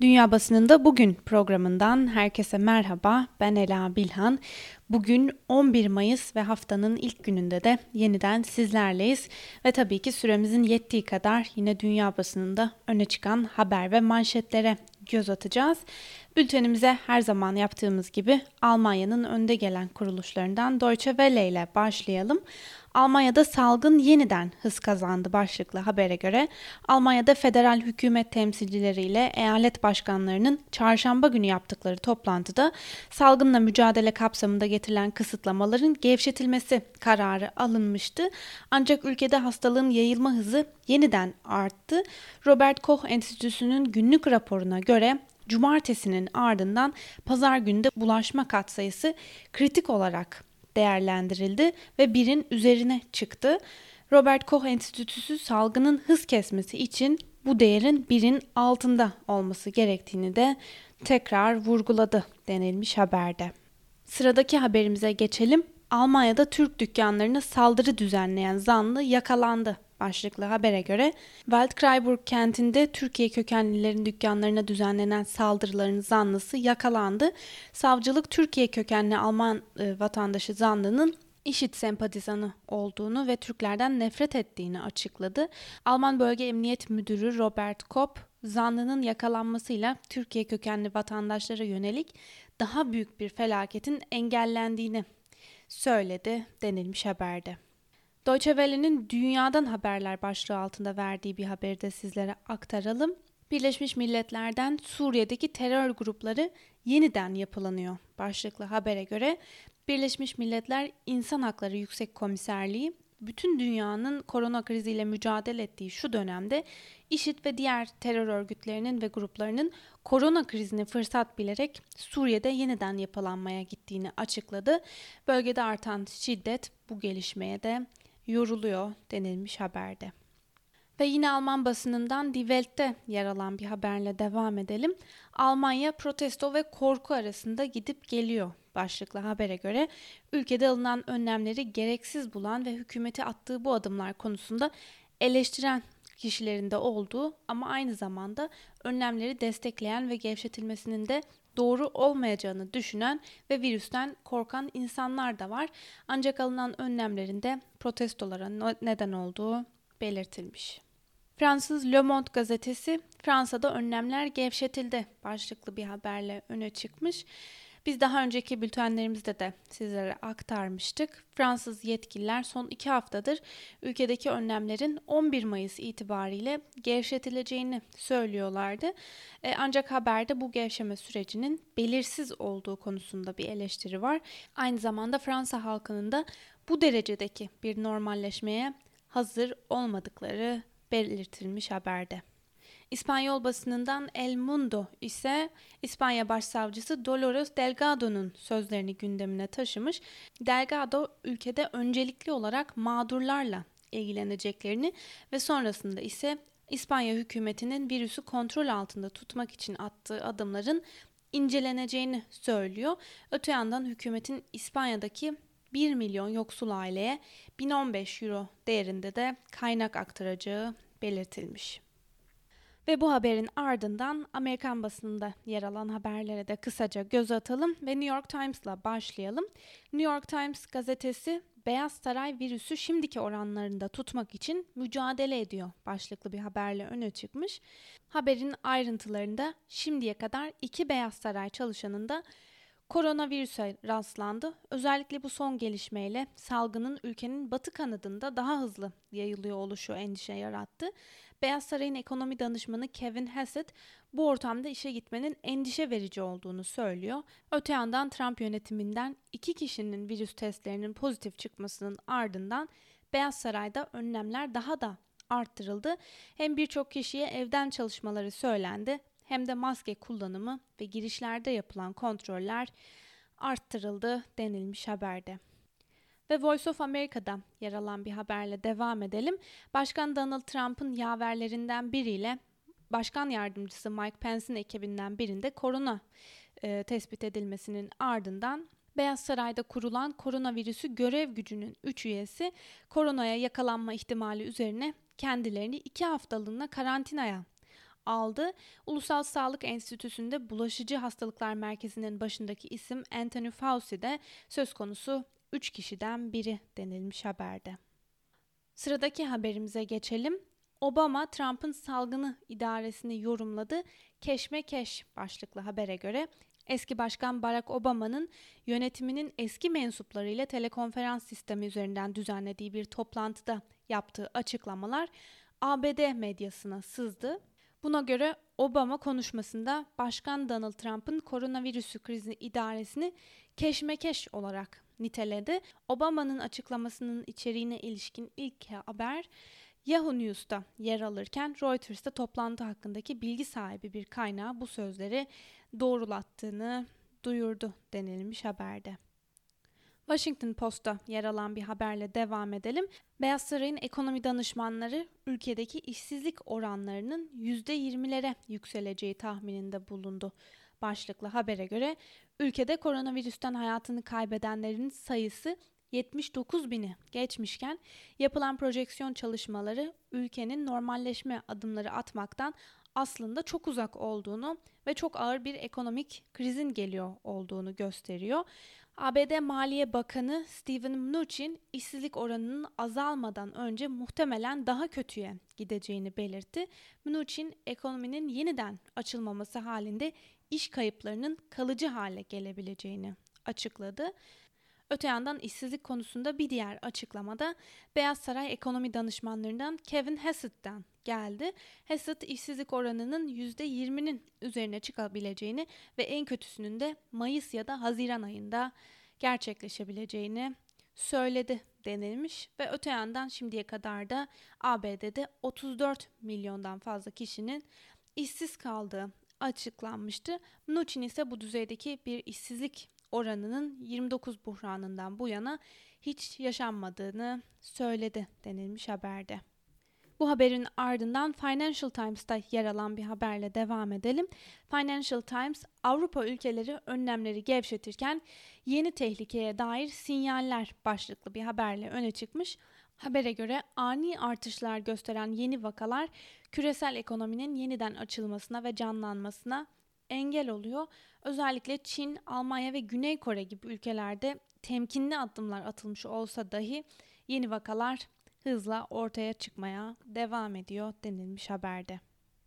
Dünya Basınında Bugün programından herkese merhaba. Ben Ela Bilhan. Bugün 11 Mayıs ve haftanın ilk gününde de yeniden sizlerleyiz. Ve tabii ki süremizin yettiği kadar yine dünya basınında öne çıkan haber ve manşetlere göz atacağız. Bültenimize her zaman yaptığımız gibi Almanya'nın önde gelen kuruluşlarından Deutsche Welle ile başlayalım. Almanya'da salgın yeniden hız kazandı başlıklı habere göre Almanya'da federal hükümet temsilcileriyle eyalet başkanlarının çarşamba günü yaptıkları toplantıda salgınla mücadele kapsamında getirilen kısıtlamaların gevşetilmesi kararı alınmıştı. Ancak ülkede hastalığın yayılma hızı yeniden arttı. Robert Koch Enstitüsü'nün günlük raporuna göre Cumartesinin ardından pazar günü de bulaşma katsayısı kritik olarak değerlendirildi ve birin üzerine çıktı. Robert Koch Enstitüsü salgının hız kesmesi için bu değerin birin altında olması gerektiğini de tekrar vurguladı denilmiş haberde. Sıradaki haberimize geçelim. Almanya'da Türk dükkanlarına saldırı düzenleyen zanlı yakalandı başlıklı habere göre Waldkraiburg kentinde Türkiye kökenlilerin dükkanlarına düzenlenen saldırıların zanlısı yakalandı. Savcılık Türkiye kökenli Alman vatandaşı zanlının IŞİD sempatizanı olduğunu ve Türklerden nefret ettiğini açıkladı. Alman Bölge Emniyet Müdürü Robert Kopp, zanlının yakalanmasıyla Türkiye kökenli vatandaşlara yönelik daha büyük bir felaketin engellendiğini söyledi denilmiş haberde. Deutsche Welle'nin Dünyadan Haberler başlığı altında verdiği bir haberi de sizlere aktaralım. Birleşmiş Milletler'den Suriye'deki terör grupları yeniden yapılanıyor başlıklı habere göre Birleşmiş Milletler İnsan Hakları Yüksek Komiserliği bütün dünyanın korona kriziyle mücadele ettiği şu dönemde IŞİD ve diğer terör örgütlerinin ve gruplarının korona krizini fırsat bilerek Suriye'de yeniden yapılanmaya gittiğini açıkladı. Bölgede artan şiddet bu gelişmeye de yoruluyor denilmiş haberde. Ve yine Alman basınından Die Welt'te yer alan bir haberle devam edelim. Almanya protesto ve korku arasında gidip geliyor başlıklı habere göre ülkede alınan önlemleri gereksiz bulan ve hükümeti attığı bu adımlar konusunda eleştiren kişilerin de olduğu ama aynı zamanda önlemleri destekleyen ve gevşetilmesinin de doğru olmayacağını düşünen ve virüsten korkan insanlar da var. Ancak alınan önlemlerin de protestolara neden olduğu belirtilmiş. Fransız Le Monde gazetesi Fransa'da önlemler gevşetildi başlıklı bir haberle öne çıkmış. Biz daha önceki bültenlerimizde de sizlere aktarmıştık. Fransız yetkililer son 2 haftadır ülkedeki önlemlerin 11 Mayıs itibariyle gevşetileceğini söylüyorlardı. Ancak haberde bu gevşeme sürecinin belirsiz olduğu konusunda bir eleştiri var. Aynı zamanda Fransa halkının da bu derecedeki bir normalleşmeye hazır olmadıkları belirtilmiş haberde. İspanyol basınından El Mundo ise İspanya Başsavcısı Dolores Delgado'nun sözlerini gündemine taşımış. Delgado ülkede öncelikli olarak mağdurlarla ilgileneceklerini ve sonrasında ise İspanya hükümetinin virüsü kontrol altında tutmak için attığı adımların inceleneceğini söylüyor. Öte yandan hükümetin İspanya'daki 1 milyon yoksul aileye 1015 euro değerinde de kaynak aktaracağı belirtilmiş. Ve bu haberin ardından Amerikan basınında yer alan haberlere de kısaca göz atalım ve New York Times'la başlayalım. New York Times gazetesi Beyaz Saray virüsü şimdiki oranlarında tutmak için mücadele ediyor başlıklı bir haberle öne çıkmış. Haberin ayrıntılarında şimdiye kadar 2 Beyaz Saray çalışanın da koronavirüse rastlandı. Özellikle bu son gelişmeyle salgının ülkenin batı kanadında daha hızlı yayılıyor oluşu endişe yarattı. Beyaz Saray'ın ekonomi danışmanı Kevin Hassett bu ortamda işe gitmenin endişe verici olduğunu söylüyor. Öte yandan Trump yönetiminden 2 kişinin virüs testlerinin pozitif çıkmasının ardından Beyaz Saray'da önlemler daha da arttırıldı. Hem birçok kişiye evden çalışmaları söylendi hem de maske kullanımı ve girişlerde yapılan kontroller arttırıldı denilmiş haberde. Ve Voice of America'da yer alan bir haberle devam edelim. Başkan Donald Trump'ın yaverlerinden biriyle Başkan Yardımcısı Mike Pence'in ekibinden birinde korona tespit edilmesinin ardından Beyaz Saray'da kurulan koronavirüsü görev gücünün 3 üyesi koronaya yakalanma ihtimali üzerine kendilerini 2 haftalığına karantinaya aldı. Ulusal Sağlık Enstitüsü'nde Bulaşıcı Hastalıklar Merkezi'nin başındaki isim Anthony Fauci de söz konusu 3 kişiden biri denilmiş haberde. Sıradaki haberimize geçelim. Obama, Trump'ın salgını idaresini yorumladı. Keşmekeş başlıklı habere göre eski başkan Barack Obama'nın yönetiminin eski mensuplarıyla telekonferans sistemi üzerinden düzenlediği bir toplantıda yaptığı açıklamalar ABD medyasına sızdı. Buna göre Obama konuşmasında Başkan Donald Trump'ın koronavirüsü krizi idaresini keşmekeş olarak niteledi. Obama'nın açıklamasının içeriğine ilişkin ilk haber Yahoo News'ta yer alırken Reuters'ta toplantı hakkındaki bilgi sahibi bir kaynağı bu sözleri doğrulattığını duyurdu denilmiş haberde. Washington Post'ta yer alan bir haberle devam edelim. Beyaz Saray'ın ekonomi danışmanları ülkedeki işsizlik oranlarının %20'lere yükseleceği tahmininde bulundu. Başlıklı habere göre ülkede koronavirüsten hayatını kaybedenlerin sayısı 79 bini geçmişken yapılan projeksiyon çalışmaları ülkenin normalleşme adımları atmaktan aslında çok uzak olduğunu ve çok ağır bir ekonomik krizin geliyor olduğunu gösteriyor. ABD Maliye Bakanı Steven Mnuchin işsizlik oranının azalmadan önce muhtemelen daha kötüye gideceğini belirtti. Mnuchin ekonominin yeniden açılmaması halinde iş kayıplarının kalıcı hale gelebileceğini açıkladı. Öte yandan işsizlik konusunda bir diğer açıklamada Beyaz Saray ekonomi danışmanlarından Kevin Hassett'ten geldi. Hassett işsizlik oranının %20'nin üzerine çıkabileceğini ve en kötüsünün de Mayıs ya da Haziran ayında gerçekleşebileceğini söyledi denilmiş ve öte yandan şimdiye kadar da ABD'de 34 milyondan fazla kişinin işsiz kaldığı açıklanmıştı. Mnuchin ise bu düzeydeki bir işsizlik oranının 29 buhranından bu yana hiç yaşanmadığını söyledi denilmiş haberde. Bu haberin ardından Financial Times'ta yer alan bir haberle devam edelim. Financial Times, Avrupa ülkeleri önlemleri gevşetirken yeni tehlikeye dair sinyaller başlıklı bir haberle öne çıkmış. Habere göre ani artışlar gösteren yeni vakalar küresel ekonominin yeniden açılmasına ve canlanmasına engel oluyor. Özellikle Çin, Almanya ve Güney Kore gibi ülkelerde temkinli adımlar atılmış olsa dahi yeni vakalar hızla ortaya çıkmaya devam ediyor denilmiş haberde.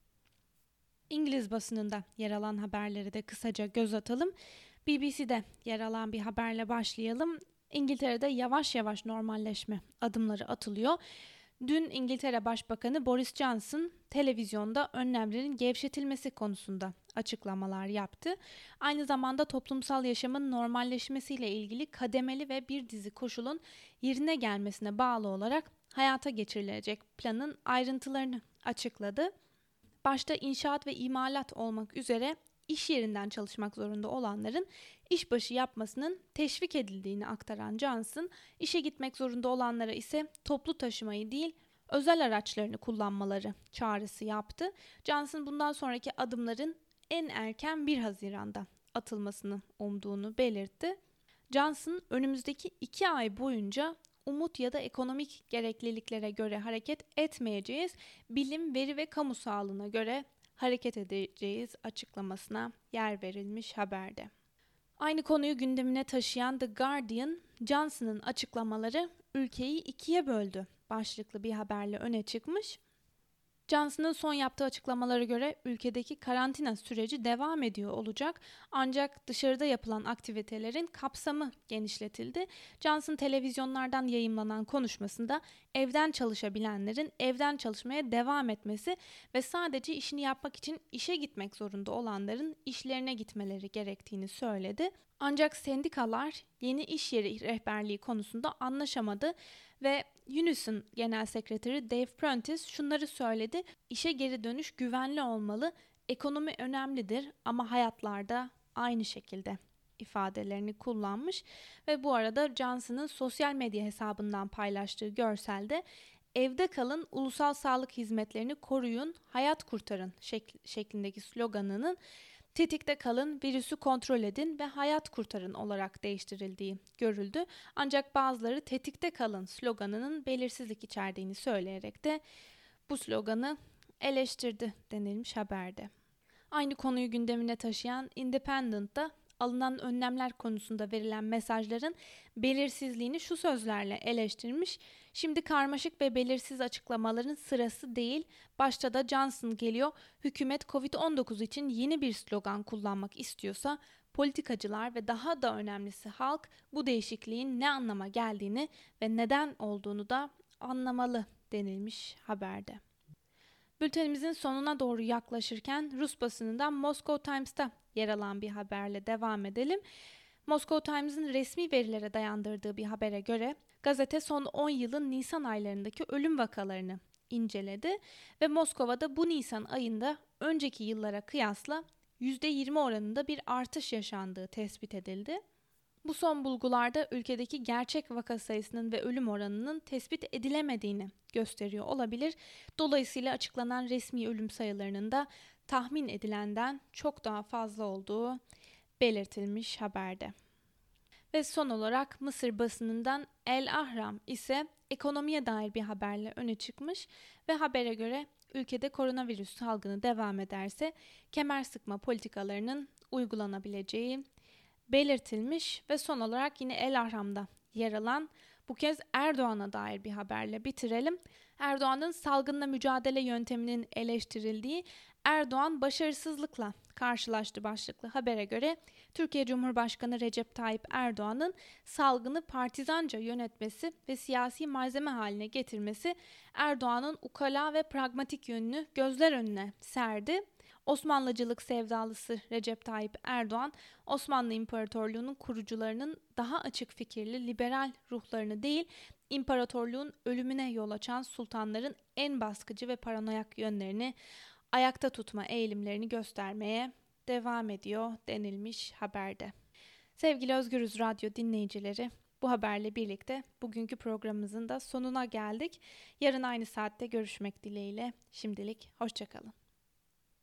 İngiliz basınında yer alan haberleri de kısaca göz atalım. BBC'de yer alan bir haberle başlayalım. İngiltere'de yavaş yavaş normalleşme adımları atılıyor. Dün İngiltere Başbakanı Boris Johnson televizyonda önlemlerin gevşetilmesi konusunda açıklamalar yaptı. Aynı zamanda toplumsal yaşamın normalleşmesiyle ilgili kademeli ve bir dizi koşulun yerine gelmesine bağlı olarak hayata geçirilecek planın ayrıntılarını açıkladı. Başta inşaat ve imalat olmak üzere iş yerinden çalışmak zorunda olanların işbaşı yapmasının teşvik edildiğini aktaran Johnson, işe gitmek zorunda olanlara ise toplu taşımayı değil, özel araçlarını kullanmaları çağrısı yaptı. Johnson bundan sonraki adımların en erken 1 Haziran'da atılmasını umduğunu belirtti. Johnson, önümüzdeki 2 ay boyunca umut ya da ekonomik gerekliliklere göre hareket etmeyeceğiz, bilim, veri ve kamu sağlığına göre hareket edeceğiz açıklamasına yer verilmiş haberde. Aynı konuyu gündemine taşıyan The Guardian, Johnson'ın açıklamaları ülkeyi ikiye böldü başlıklı bir haberle öne çıkmış. Johnson'ın son yaptığı açıklamalara göre ülkedeki karantina süreci devam ediyor olacak ancak dışarıda yapılan aktivitelerin kapsamı genişletildi. Johnson televizyonlardan yayımlanan konuşmasında evden çalışabilenlerin evden çalışmaya devam etmesi ve sadece işini yapmak için işe gitmek zorunda olanların işlerine gitmeleri gerektiğini söyledi. Ancak sendikalar yeni iş yeri rehberliği konusunda anlaşamadı ve Unison Genel Sekreteri Dave Prentice şunları söyledi: "İşe geri dönüş güvenli olmalı, ekonomi önemlidir ama hayatlarda aynı şekilde" ifadelerini kullanmış ve bu arada Johnson'ın sosyal medya hesabından paylaştığı görselde "Evde kalın, ulusal sağlık hizmetlerini koruyun, hayat kurtarın" şeklindeki sloganının "Tetikte kalın, virüsü kontrol edin ve hayat kurtarın" olarak değiştirildiği görüldü. Ancak bazıları "Tetikte kalın" sloganının belirsizlik içerdiğini söyleyerek de bu sloganı eleştirdi denilmiş haberde. Aynı konuyu gündemine taşıyan Independent'ta alınan önlemler konusunda verilen mesajların belirsizliğini şu sözlerle eleştirmiş. Şimdi karmaşık ve belirsiz açıklamaların sırası değil. Başta da Johnson geliyor. Hükümet Covid-19 için yeni bir slogan kullanmak istiyorsa politikacılar ve daha da önemlisi halk bu değişikliğin ne anlama geldiğini ve neden olduğunu da anlamalı denilmiş haberde. Bültenimizin sonuna doğru yaklaşırken Rus basınından Moscow Times'ta yer alan bir haberle devam edelim. Moscow Times'ın resmi verilere dayandırdığı bir habere göre gazete son 10 yılın Nisan aylarındaki ölüm vakalarını inceledi ve Moskova'da bu Nisan ayında önceki yıllara kıyasla %20 oranında bir artış yaşandığı tespit edildi. Bu son bulgularda ülkedeki gerçek vaka sayısının ve ölüm oranının tespit edilemediğini gösteriyor olabilir. Dolayısıyla açıklanan resmi ölüm sayılarının da tahmin edilenden çok daha fazla olduğu belirtilmiş haberde. Ve son olarak Mısır basınından El Ahram ise ekonomiye dair bir haberle öne çıkmış ve habere göre ülkede koronavirüs salgını devam ederse kemer sıkma politikalarının uygulanabileceği belirtilmiş ve son olarak yine El Ahram'da yer alan bu kez Erdoğan'a dair bir haberle bitirelim. Erdoğan'ın salgınla mücadele yönteminin eleştirildiği Erdoğan başarısızlıkla karşılaştı başlıklı habere göre Türkiye Cumhurbaşkanı Recep Tayyip Erdoğan'ın salgını partizanca yönetmesi ve siyasi malzeme haline getirmesi Erdoğan'ın ukala ve pragmatik yönünü gözler önüne serdi. Osmanlıcılık sevdalısı Recep Tayyip Erdoğan, Osmanlı İmparatorluğu'nun kurucularının daha açık fikirli liberal ruhlarını değil, imparatorluğun ölümüne yol açan sultanların en baskıcı ve paranoyak yönlerini ayakta tutma eğilimlerini göstermeye devam ediyor denilmiş haberde. Sevgili Özgürüz Radyo dinleyicileri, bu haberle birlikte bugünkü programımızın da sonuna geldik. Yarın aynı saatte görüşmek dileğiyle. Şimdilik hoşça kalın.